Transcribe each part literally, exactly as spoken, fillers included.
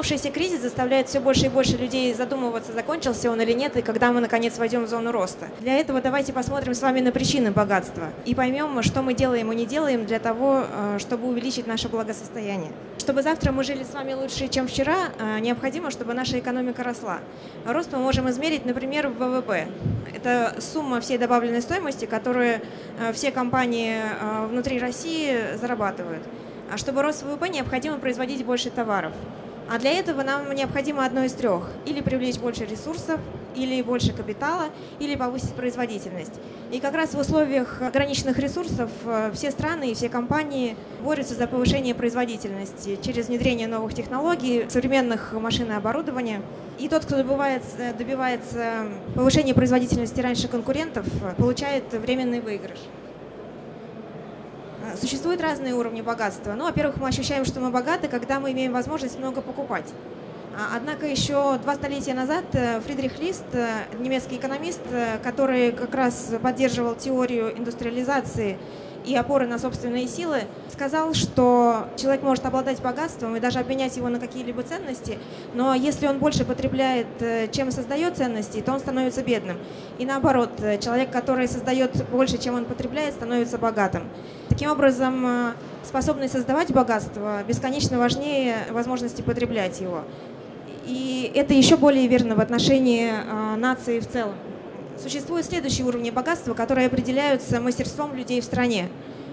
затянувшийся кризис заставляет все больше и больше людей задумываться, закончился он или нет, и когда мы, наконец, войдем в зону роста. Для этого давайте посмотрим с вами на причины богатства и поймем, что мы делаем и не делаем для того, чтобы увеличить наше благосостояние. Чтобы завтра мы жили с вами лучше, чем вчера, необходимо, чтобы наша экономика росла. Рост мы можем измерить, например, в вэ вэ пэ. Это сумма всей добавленной стоимости, которую все компании внутри России зарабатывают. А чтобы рос вэ вэ пэ, необходимо производить больше товаров. А для этого нам необходимо одно из трех. Или привлечь больше ресурсов, или больше капитала, или повысить производительность. И как раз в условиях ограниченных ресурсов все страны и все компании борются за повышение производительности через внедрение новых технологий, современных машин и оборудования. И тот, кто добивается, добивается повышения производительности раньше конкурентов, получает временный выигрыш. Существуют разные уровни богатства. Ну, во-первых, мы ощущаем, что мы богаты, когда мы имеем возможность много покупать. Однако еще два столетия назад Фридрих Лист, немецкий экономист, который как раз поддерживал теорию индустриализации и опоры на собственные силы, сказал, что человек может обладать богатством и даже обменять его на какие-либо ценности, но если он больше потребляет, чем создает ценности, то он становится бедным. И наоборот, человек, который создает больше, чем он потребляет, становится богатым. Таким образом, способность создавать богатство бесконечно важнее возможности потреблять его. И это еще более верно в отношении нации в целом. Существуют следующие уровни богатства, которые определяются мастерством людей в стране.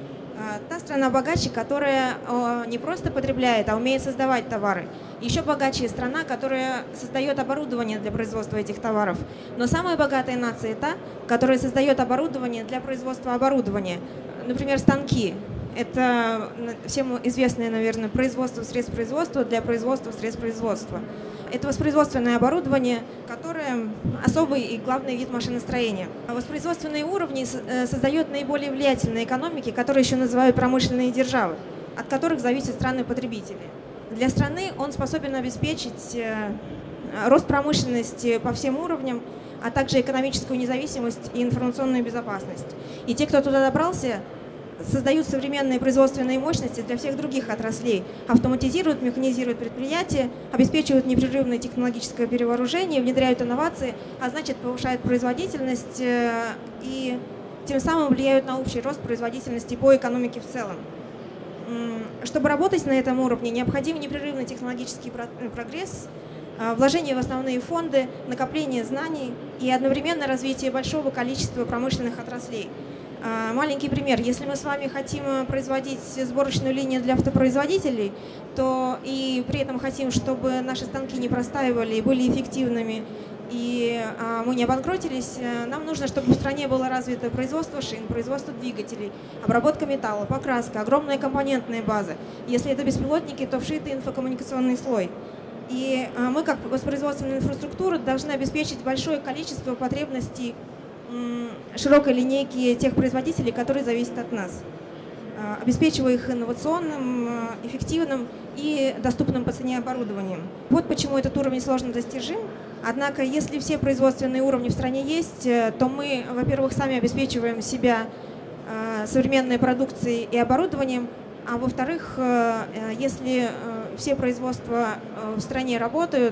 Та страна богаче, которая не просто потребляет, а умеет создавать товары. Еще богаче страна, которая создает оборудование для производства этих товаров. Но самая богатая нация – та, которая создает оборудование для производства оборудования. Например, станки. Это всем известное, наверное, производство средств производства для производства средств производства. Это воспроизводственное оборудование, которое особый и главный вид машиностроения. Воспроизводственные уровни создают наиболее влиятельные экономики, которые еще называют промышленные державы, от которых зависят страны-потребители. Для страны он способен обеспечить рост промышленности по всем уровням, а также экономическую независимость и информационную безопасность. И те, кто туда добрался, создают современные производственные мощности для всех других отраслей, автоматизируют, механизируют предприятия, обеспечивают непрерывное технологическое перевооружение, внедряют инновации, а значит повышают производительность и тем самым влияют на общий рост производительности по экономике в целом. Чтобы работать на этом уровне, необходим непрерывный технологический прогресс, вложение в основные фонды, накопление знаний и одновременно развитие большого количества промышленных отраслей. Маленький пример. Если мы с вами хотим производить сборочную линию для автопроизводителей, то и при этом хотим, чтобы наши станки не простаивали и были эффективными, и мы не обанкротились, нам нужно, чтобы в стране было развито производство шин, производство двигателей, обработка металла, покраска, огромная компонентная база. Если это беспилотники, то вшитый инфокоммуникационный слой. И мы, как воспроизводственная инфраструктура, должны обеспечить большое количество потребностей широкой линейки тех производителей, которые зависят от нас, обеспечивая их инновационным, эффективным и доступным по цене оборудованием. Вот почему этот уровень сложно достижим. Однако, если все производственные уровни в стране есть, то мы, во-первых, сами обеспечиваем себя современной продукцией и оборудованием, а во-вторых, если все производства в стране работают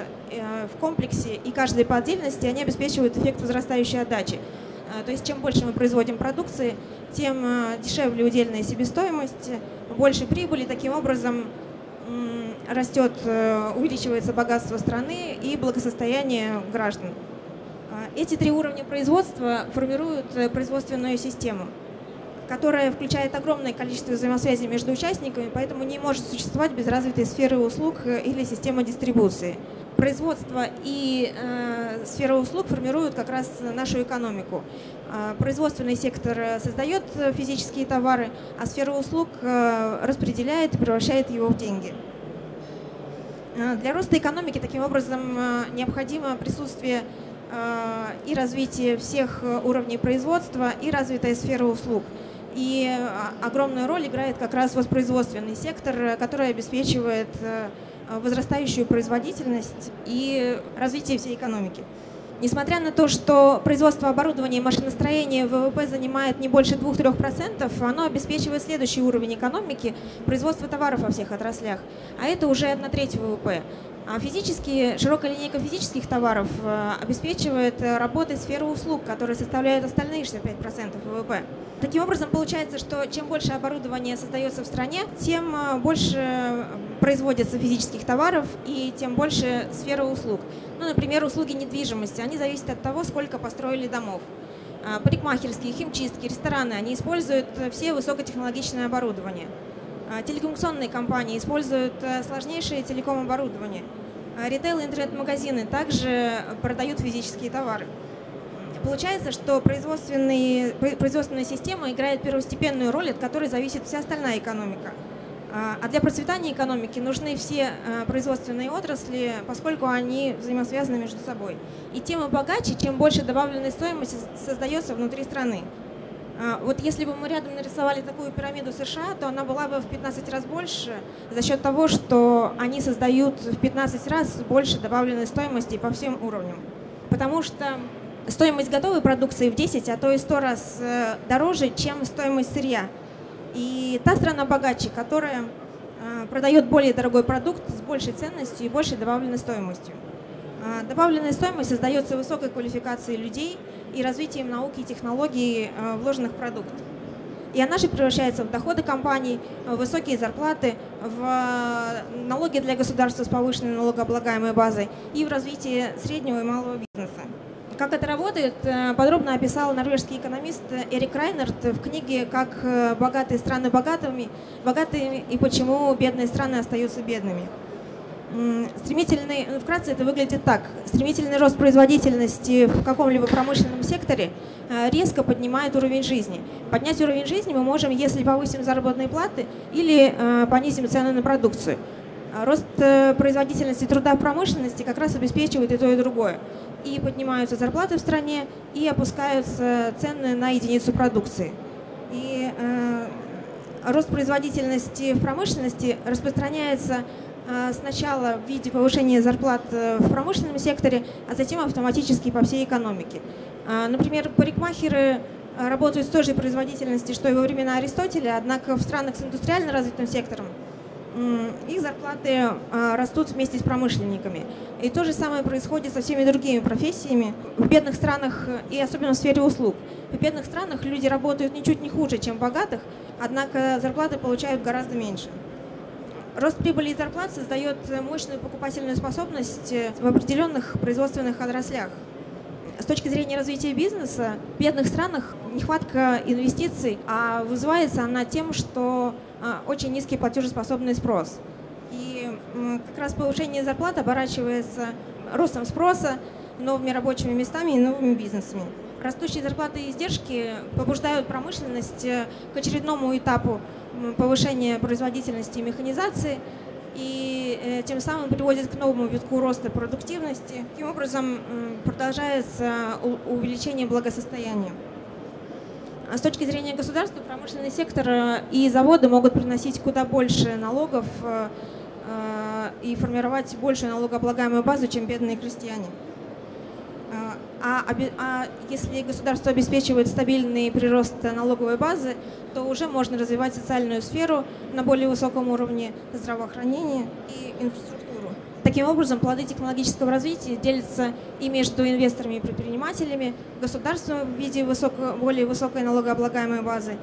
в комплексе и каждый по отдельности, они обеспечивают эффект возрастающей отдачи. То есть чем больше мы производим продукции, тем дешевле удельная себестоимость, больше прибыли. Таким образом растет, увеличивается богатство страны и благосостояние граждан. Эти три уровня производства формируют производственную систему, которая включает огромное количество взаимосвязей между участниками, поэтому не может существовать без развитой сферы услуг или системы дистрибуции. Производство и э, сфера услуг формируют как раз нашу экономику. Э, производственный сектор создает физические товары, а сфера услуг э, распределяет и превращает его в деньги. Э, для роста экономики таким образом э, необходимо присутствие э, и развитие всех уровней производства и развитая сфера услуг. И огромную роль играет как раз воспроизводственный сектор, который обеспечивает возрастающую производительность и развитие всей экономики. Несмотря на то, что производство оборудования и машиностроения ВВП занимает не больше двух-трёх процентов, оно обеспечивает следующий уровень экономики – производство товаров во всех отраслях, а это уже одна треть ВВП. А физические, широкая линейка физических товаров обеспечивает работой сферу услуг, которые составляют остальные шестьдесят пять процентов ВВП. Таким образом, получается, что чем больше оборудования создается в стране, тем больше производится физических товаров и тем больше сфера услуг. Ну, например, услуги недвижимости, они зависят от того, сколько построили домов. Парикмахерские, химчистки, рестораны, они используют все высокотехнологичное оборудование. Телекоммуникационные компании используют сложнейшее телеком-оборудование. Ритейл и интернет-магазины также продают физические товары. Получается, что производственная система играет первостепенную роль, от которой зависит вся остальная экономика. А для процветания экономики нужны все производственные отрасли, поскольку они взаимосвязаны между собой. И тем и богаче, чем больше добавленной стоимости создается внутри страны. Вот если бы мы рядом нарисовали такую пирамиду США, то она была бы в пятнадцать раз больше за счет того, что они создают в пятнадцать раз больше добавленной стоимости по всем уровням. Потому что стоимость готовой продукции в десять, а то и сто раз дороже, чем стоимость сырья. И та страна богаче, которая продает более дорогой продукт с большей ценностью и большей добавленной стоимостью. Добавленная стоимость создается высокой квалификацией людей и развитием науки и технологий, вложенных в продукт. И она же превращается в доходы компаний, в высокие зарплаты, в налоги для государства с повышенной налогооблагаемой базой и в развитие среднего и малого бизнеса. Как это работает, подробно описал норвежский экономист Эрик Райнерт в книге «Как богатые страны богатыми, богатыми и почему бедные страны остаются бедными». Стремительный, вкратце это выглядит так. Стремительный рост производительности в каком-либо промышленном секторе резко поднимает уровень жизни. Поднять уровень жизни мы можем, если повысим заработные платы или понизим цены на продукцию. Рост производительности труда в промышленности как раз обеспечивает и то, и другое. И поднимаются зарплаты в стране, и опускаются цены на единицу продукции. И э, рост производительности в промышленности распространяется э, сначала в виде повышения зарплат в промышленном секторе, а затем автоматически по всей экономике. Э, например, парикмахеры работают с той же производительностью, что и во времена Аристотеля, однако в странах с индустриально развитым сектором их зарплаты растут вместе с промышленниками. И то же самое происходит со всеми другими профессиями в бедных странах и особенно в сфере услуг. В бедных странах люди работают ничуть не хуже, чем в богатых, однако зарплаты получают гораздо меньше. Рост прибыли и зарплат создает мощную покупательную способность в определенных производственных отраслях. С точки зрения развития бизнеса, в бедных странах нехватка инвестиций, а вызывается она тем, что очень низкий платежеспособный спрос. И как раз повышение зарплат оборачивается ростом спроса, новыми рабочими местами и новыми бизнесами. Растущие зарплаты и издержки побуждают промышленность к очередному этапу повышения производительности и механизации, и тем самым приводит к новому витку роста продуктивности. Таким образом, продолжается увеличение благосостояния. С точки зрения государства, промышленный сектор и заводы могут приносить куда больше налогов и формировать большую налогооблагаемую базу, чем бедные крестьяне. А, а если государство обеспечивает стабильный прирост налоговой базы, то уже можно развивать социальную сферу на более высоком уровне, здравоохранения и инфраструктуру. Таким образом, плоды технологического развития делятся и между инвесторами и предпринимателями, государством в виде высоко, более высокой налогооблагаемой базы,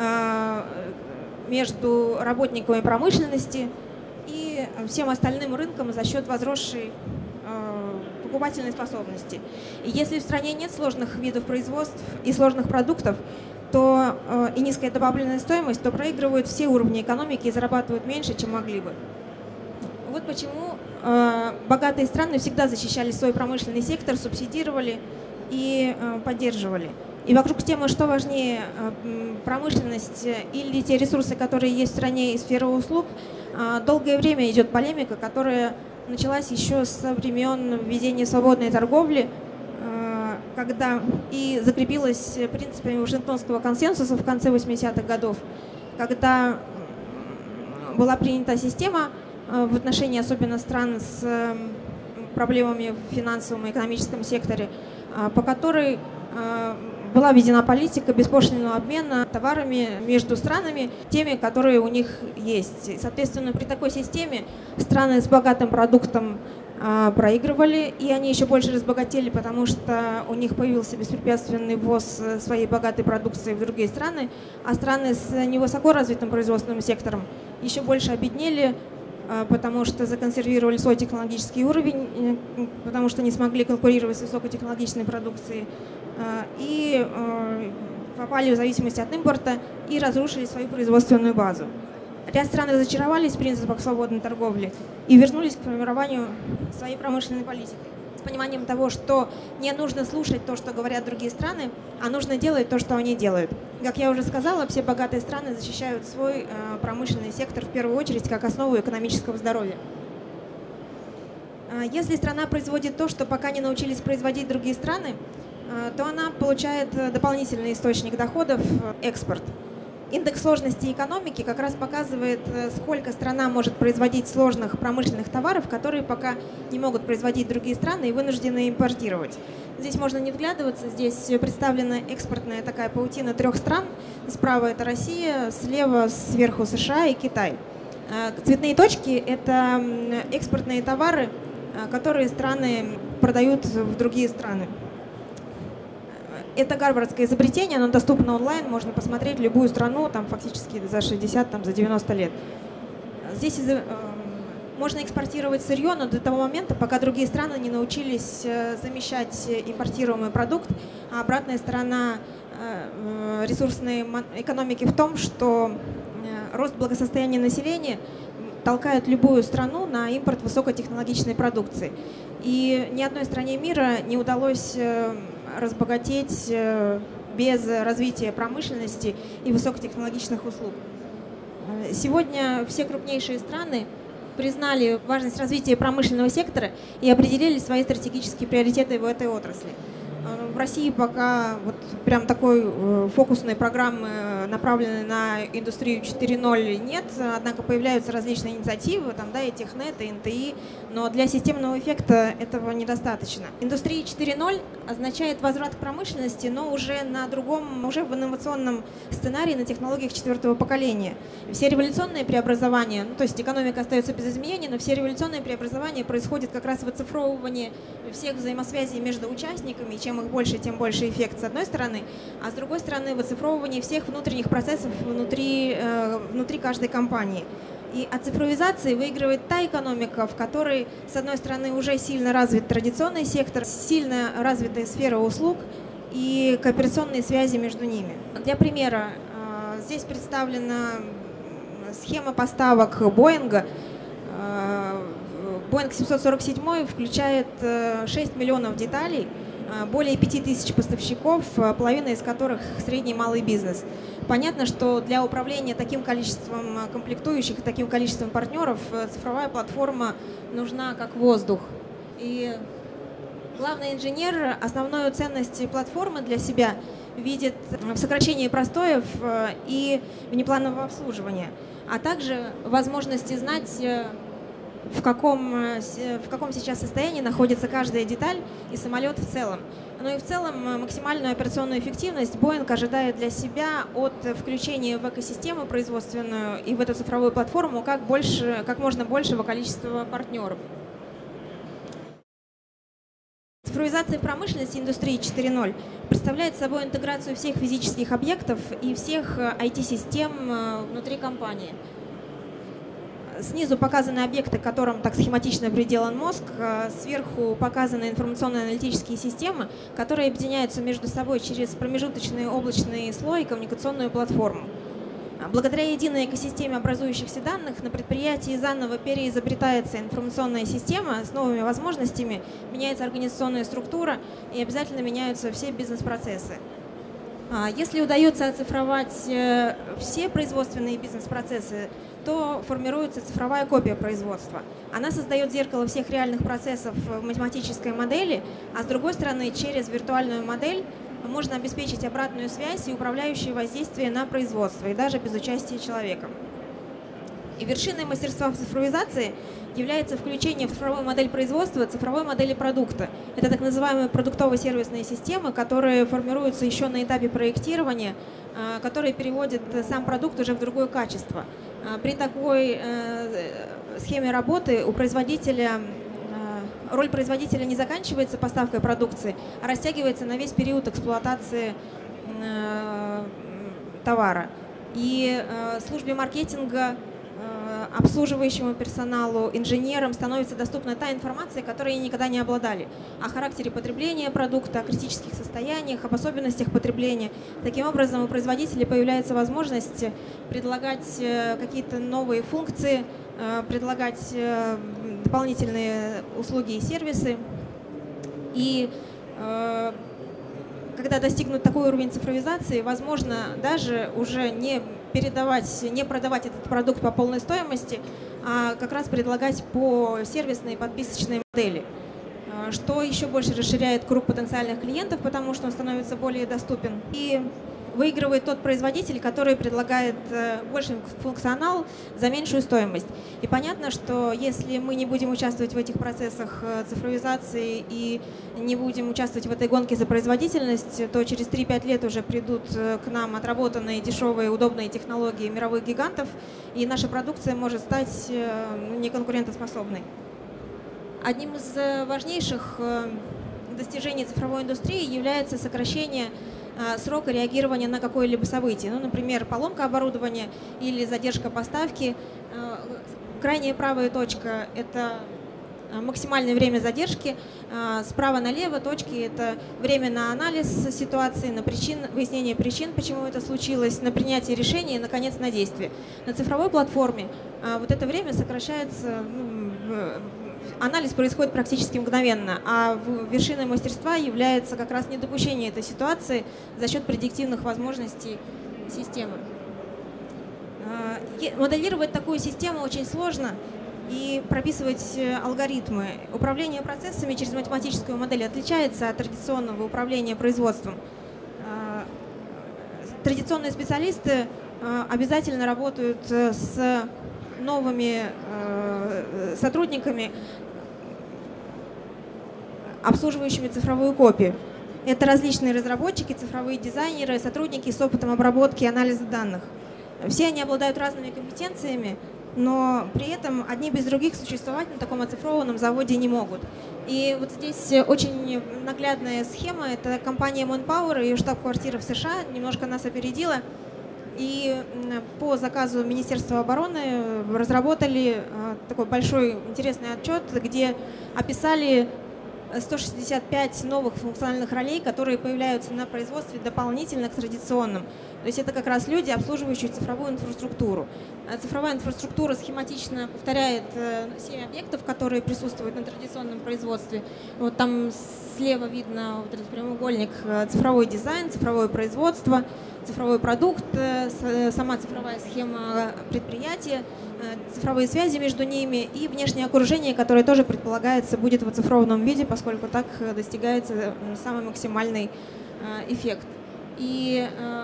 между работниками промышленности и всем остальным рынком за счет возросшей покупательной способности. И если в стране нет сложных видов производств и сложных продуктов, то э, и низкая добавленная стоимость, то проигрывают все уровни экономики и зарабатывают меньше, чем могли бы. Вот почему э, богатые страны всегда защищали свой промышленный сектор, субсидировали и э, поддерживали. И вокруг темы, что важнее, э, промышленность или те ресурсы, которые есть в стране, и сфера услуг, э, долгое время идет полемика, которая началась еще со времен введения свободной торговли, когда и закрепилась принципами Вашингтонского консенсуса в конце восьмидесятых годов, когда была принята система в отношении особенно стран с проблемами в финансовом и экономическом секторе, по которой была введена политика беспошлинного обмена товарами между странами, теми, которые у них есть. И, соответственно, при такой системе страны с богатым продуктом а, проигрывали, и они еще больше разбогатели, потому что у них появился беспрепятственный ввоз своей богатой продукции в другие страны, а страны с невысоко развитым производственным сектором еще больше обеднели, а, потому что законсервировали свой технологический уровень, потому что не смогли конкурировать с высокотехнологичной продукцией, и попали в зависимость от импорта и разрушили свою производственную базу. Ряд стран разочаровались в принципах свободной торговли и вернулись к формированию своей промышленной политики с пониманием того, что не нужно слушать то, что говорят другие страны, а нужно делать то, что они делают. Как я уже сказала, все богатые страны защищают свой промышленный сектор в первую очередь как основу экономического здоровья. Если страна производит то, что пока не научились производить другие страны, то она получает дополнительный источник доходов – экспорт. Индекс сложности экономики как раз показывает, сколько страна может производить сложных промышленных товаров, которые пока не могут производить другие страны и вынуждены импортировать. Здесь можно не вглядываться, здесь представлена экспортная такая паутина трех стран. Справа это Россия, слева сверху США и Китай. Цветные точки – это экспортные товары, которые страны продают в другие страны. Это гарвардское изобретение, оно доступно онлайн, можно посмотреть любую страну, там фактически за шестьдесят, там, за девяносто лет. Здесь э, можно экспортировать сырье, но до того момента, пока другие страны не научились э, замещать импортируемый продукт. А обратная сторона э, ресурсной экономики в том, что э, рост благосостояния населения толкает любую страну на импорт высокотехнологичной продукции. И ни одной стране мира не удалось э, разбогатеть без развития промышленности и высокотехнологичных услуг. Сегодня все крупнейшие страны признали важность развития промышленного сектора и определили свои стратегические приоритеты в этой отрасли. В России пока вот прям такой фокусной программы, направленной на индустрию четыре ноль, нет, однако появляются различные инициативы, там, да, и Технет, и эн тэ и, но для системного эффекта этого недостаточно. Индустрия четыре ноль означает возврат к промышленности, но уже на другом, уже в инновационном сценарии, на технологиях четвертого поколения. Все революционные преобразования, ну, то есть экономика остается без изменений, но все революционные преобразования происходят как раз в оцифровывании всех взаимосвязей между участниками. Чем их больше, тем больше эффект с одной стороны, а с другой стороны в оцифровывании всех внутренних процессов внутри, э, внутри каждой компании. И от цифровизации выигрывает та экономика, в которой, с одной стороны, уже сильно развит традиционный сектор, сильно развитая сфера услуг и кооперационные связи между ними. Для примера, э, здесь представлена схема поставок Боинга. Боинг семьсот сорок семь включает шесть миллионов деталей, более пяти тысяч поставщиков, половина из которых средний и малый бизнес. Понятно, что для управления таким количеством комплектующих и таким количеством партнеров цифровая платформа нужна как воздух. И главный инженер основную ценность платформы для себя видит в сокращении простоев и внепланового обслуживания, а также возможности знать, в каком, в каком сейчас состоянии находится каждая деталь и самолет в целом. Ну и в целом максимальную операционную эффективность Boeing ожидает для себя от включения в экосистему производственную и в эту цифровую платформу как, больше, как можно большего количества партнеров. Цифровизация промышленности индустрии четыре ноль представляет собой интеграцию всех физических объектов и всех ай ти-систем внутри компании. Снизу показаны объекты, к которым так схематично приделан мозг, сверху показаны информационно-аналитические системы, которые объединяются между собой через промежуточный облачный слой и коммуникационную платформу. Благодаря единой экосистеме образующихся данных на предприятии заново переизобретается информационная система с новыми возможностями, меняется организационная структура и обязательно меняются все бизнес-процессы. Если удается оцифровать все производственные бизнес-процессы, то формируется цифровая копия производства. Она создает зеркало всех реальных процессов в математической модели, а с другой стороны, через виртуальную модель можно обеспечить обратную связь и управляющее воздействие на производство, и даже без участия человека. И вершиной мастерства в цифровизации является включение в цифровую модель производства цифровой модели продукта. Это так называемые продуктово-сервисные системы, которые формируются еще на этапе проектирования, которые переводят сам продукт уже в другое качество. При такой схеме работы у производителя роль производителя не заканчивается поставкой продукции, а растягивается на весь период эксплуатации товара. И службе маркетинга, обслуживающему персоналу, инженерам становится доступна та информация, которой они никогда не обладали, о характере потребления продукта, о критических состояниях, об особенностях потребления. Таким образом, у производителей появляется возможность предлагать какие-то новые функции, предлагать дополнительные услуги и сервисы. И когда достигнут такой уровень цифровизации, возможно даже уже не передавать, не продавать этот продукт по полной стоимости, а как раз предлагать по сервисной подписочной модели, что еще больше расширяет круг потенциальных клиентов, потому что он становится более доступен. И выигрывает тот производитель, который предлагает больший функционал за меньшую стоимость. И понятно, что если мы не будем участвовать в этих процессах цифровизации и не будем участвовать в этой гонке за производительность, то через три-пять лет уже придут к нам отработанные, дешевые, удобные технологии мировых гигантов, и наша продукция может стать неконкурентоспособной. Одним из важнейших достижений цифровой индустрии является сокращение срока реагирования на какое-либо событие. Ну, например, поломка оборудования или задержка поставки. Крайняя правая точка – это максимальное время задержки. Справа налево точки – это время на анализ ситуации, на причин, выяснение причин, почему это случилось, на принятие решения и, наконец, на действие. На цифровой платформе вот это время сокращается, анализ происходит практически мгновенно, а вершиной мастерства является как раз недопущение этой ситуации за счет предиктивных возможностей системы. Моделировать такую систему очень сложно и прописывать алгоритмы. Управление процессами через математическую модель отличается от традиционного управления производством. Традиционные специалисты обязательно работают с новыми сотрудниками, обслуживающими цифровую копию. Это различные разработчики, цифровые дизайнеры, сотрудники с опытом обработки и анализа данных. Все они обладают разными компетенциями, но при этом одни без других существовать на таком оцифрованном заводе не могут. И вот здесь очень наглядная схема. Это компания Manpower, ее штаб-квартира в США, немножко нас опередила. И по заказу Министерства обороны разработали такой большой интересный отчет, где описали сто шестьдесят пять новых функциональных ролей, которые появляются на производстве дополнительно к традиционным. То есть это как раз люди, обслуживающие цифровую инфраструктуру. Цифровая инфраструктура схематично повторяет семь объектов, которые присутствуют на традиционном производстве. Вот там слева видно вот этот прямоугольник: цифровой дизайн, цифровое производство, цифровой продукт, сама цифровая схема предприятия, цифровые связи между ними и внешнее окружение, которое тоже предполагается будет в оцифрованном виде, поскольку так достигается самый максимальный эффект. И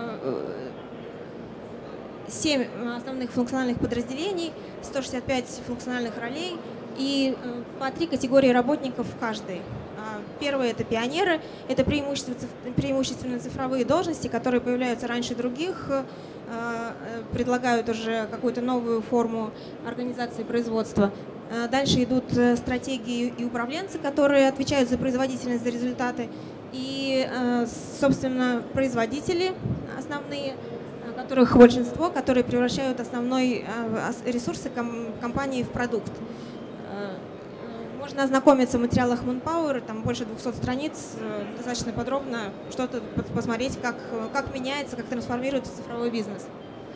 семь основных функциональных подразделений, сто шестьдесят пять функциональных ролей и по три категории работников в каждой. Первое – это пионеры, это преимущественно, преимущественно цифровые должности, которые появляются раньше других, предлагают уже какую-то новую форму организации производства. Дальше идут стратегии и управленцы, которые отвечают за производительность, за результаты. И, собственно, производители основные, которых большинство, которые превращают основной ресурсы компании в продукт. Можно ознакомиться в материалах Manpower, там больше двухсот страниц, достаточно подробно что-то посмотреть, как, как меняется, как трансформируется цифровой бизнес.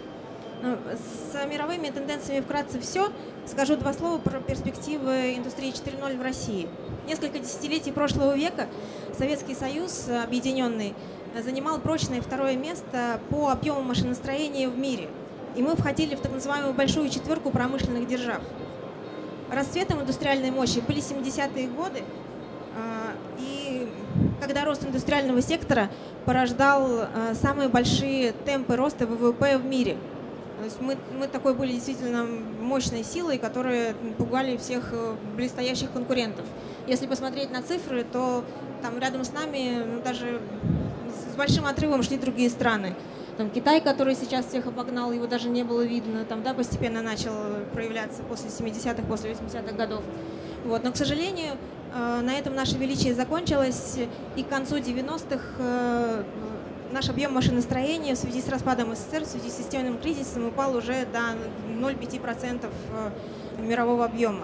С мировыми тенденциями вкратце все. Скажу два слова про перспективы индустрии четыре ноль в России. Несколько десятилетий прошлого века Советский Союз объединенный занимал прочное второе место по объему машиностроения в мире. И мы входили в так называемую большую четверку промышленных держав. Расцветом индустриальной мощи были семидесятые годы, и когда рост индустриального сектора порождал самые большие темпы роста вэ вэ пэ в мире. То есть мы, мы такой были действительно мощной силой, которая пугали всех близстоящих конкурентов. Если посмотреть на цифры, то там рядом с нами, ну, даже с большим отрывом шли другие страны. Там Китай, который сейчас всех обогнал, его даже не было видно, там, да, постепенно начал проявляться после семидесятых, после восьмидесятых годов. Вот. Но, к сожалению, на этом наше величие закончилось, и к концу девяностых наш объем машиностроения в связи с распадом СССР, в связи с системным кризисом упал уже до ноль целых пять десятых процента мирового объема.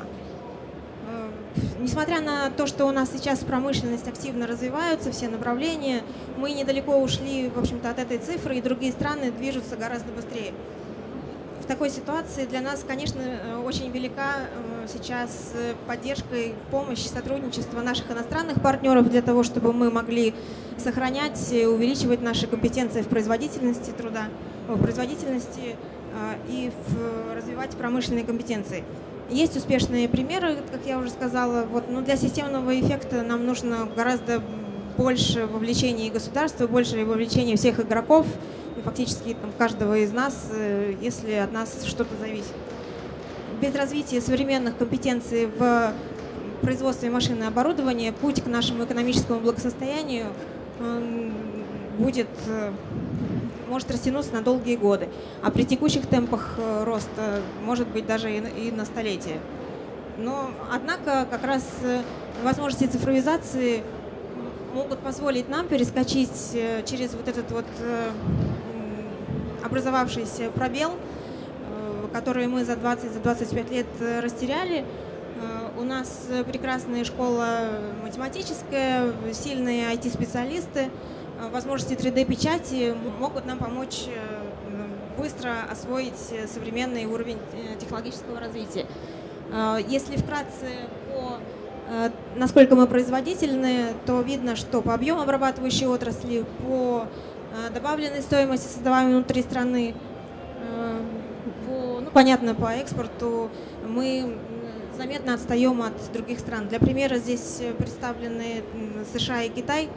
Несмотря на то, что у нас сейчас промышленность активно развивается, все направления, мы недалеко ушли, в общем-то, от этой цифры, и другие страны движутся гораздо быстрее. В такой ситуации для нас, конечно, очень велика сейчас поддержка и помощь, сотрудничество наших иностранных партнеров для того, чтобы мы могли сохранять и увеличивать наши компетенции в производительности труда, в производительности и в развивать промышленные компетенции. Есть успешные примеры, как я уже сказала, вот, но для системного эффекта нам нужно гораздо больше вовлечения государства, больше вовлечения всех игроков, и фактически там, каждого из нас, если от нас что-то зависит. Без развития современных компетенций в производстве машин и оборудования путь к нашему экономическому благосостоянию будет, может растянуться на долгие годы, а при текущих темпах роста может быть даже и на столетие. Но, однако, как раз возможности цифровизации могут позволить нам перескочить через вот этот вот образовавшийся пробел, который мы за двадцать — двадцать пять лет растеряли. У нас прекрасная школа математическая, сильные ай ти-специалисты, возможности три дэ-печати могут нам помочь быстро освоить современный уровень технологического развития. Если вкратце по насколько мы производительны, то видно, что по объему обрабатывающей отрасли, по добавленной стоимости, создаваемой внутри страны, по, ну, понятно, по экспорту мы заметно отстаем от других стран. Для примера здесь представлены США и Китай.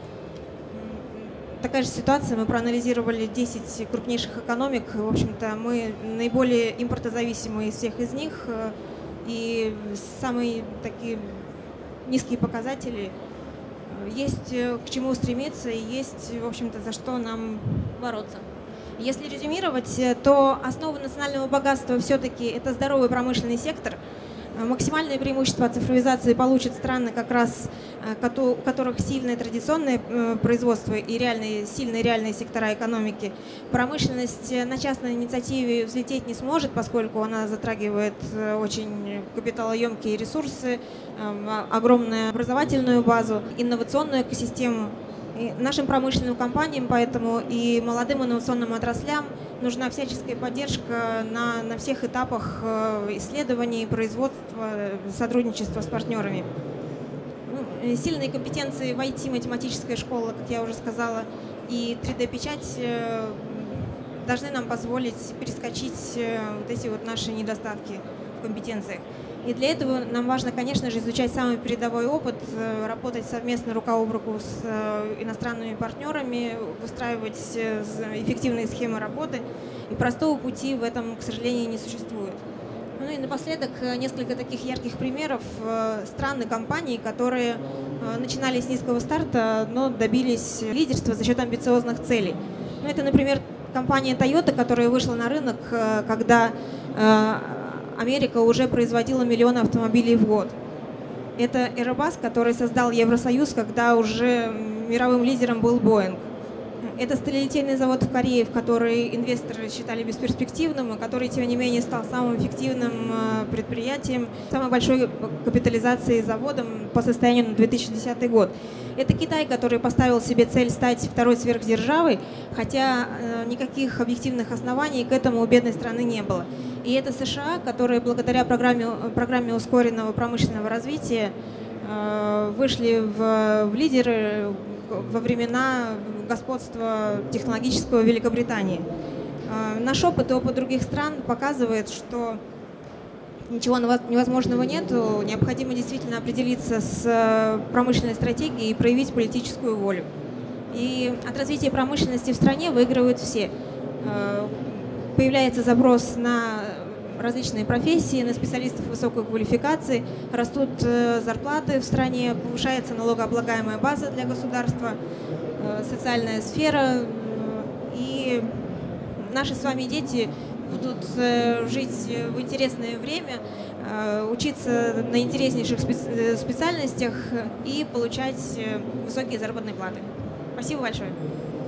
Такая же ситуация, мы проанализировали десять крупнейших экономик. В общем-то, мы наиболее импортозависимые из всех из них, и самые такие низкие показатели. Есть к чему стремиться и есть, в общем-то, за что нам бороться. Если резюмировать, то основа национального богатства все-таки это здоровый промышленный сектор. Максимальное преимущество от цифровизации получат страны, как раз у которых сильное традиционное производство и реальные, сильные реальные сектора экономики. Промышленность на частной инициативе взлететь не сможет, поскольку она затрагивает очень капиталоемкие ресурсы, огромную образовательную базу, инновационную экосистему. И нашим промышленным компаниям, поэтому и молодым инновационным отраслям нужна всяческая поддержка на, на всех этапах исследований, производства, сотрудничества с партнерами. Ну, сильные компетенции в ай ти, математическая школа, как я уже сказала, и три дэ-печать должны нам позволить перескочить вот эти вот наши недостатки в компетенциях. И для этого нам важно, конечно же, изучать самый передовой опыт, работать совместно рука об руку с иностранными партнерами, выстраивать эффективные схемы работы. И простого пути в этом, к сожалению, не существует. Ну и напоследок несколько таких ярких примеров стран и компаний, которые начинали с низкого старта, но добились лидерства за счет амбициозных целей. Ну, это, например, компания Toyota, которая вышла на рынок, когда Америка уже производила миллионы автомобилей в год. Это Airbus, который создал Евросоюз, когда уже мировым лидером был Boeing. Это сталелитейный завод в Корее, в который инвесторы считали бесперспективным, и который, тем не менее, стал самым эффективным предприятием, самой большой капитализацией заводом по состоянию на две тысячи десятый год. Это Китай, который поставил себе цель стать второй сверхдержавой, хотя никаких объективных оснований к этому у бедной страны не было. И это США, которые благодаря программе, программе ускоренного промышленного развития вышли в, в лидеры во времена господства технологического Великобритании. Наш опыт и опыт других стран показывает, что ничего невозможного нет, необходимо действительно определиться с промышленной стратегией и проявить политическую волю. И от развития промышленности в стране выигрывают все. появляется запрос на различные профессии, на специалистов высокой квалификации, растут зарплаты в стране, повышается налогооблагаемая база для государства, социальная сфера, и наши с вами дети будут жить в интересное время, учиться на интереснейших специальностях и получать высокие заработные платы. Спасибо большое.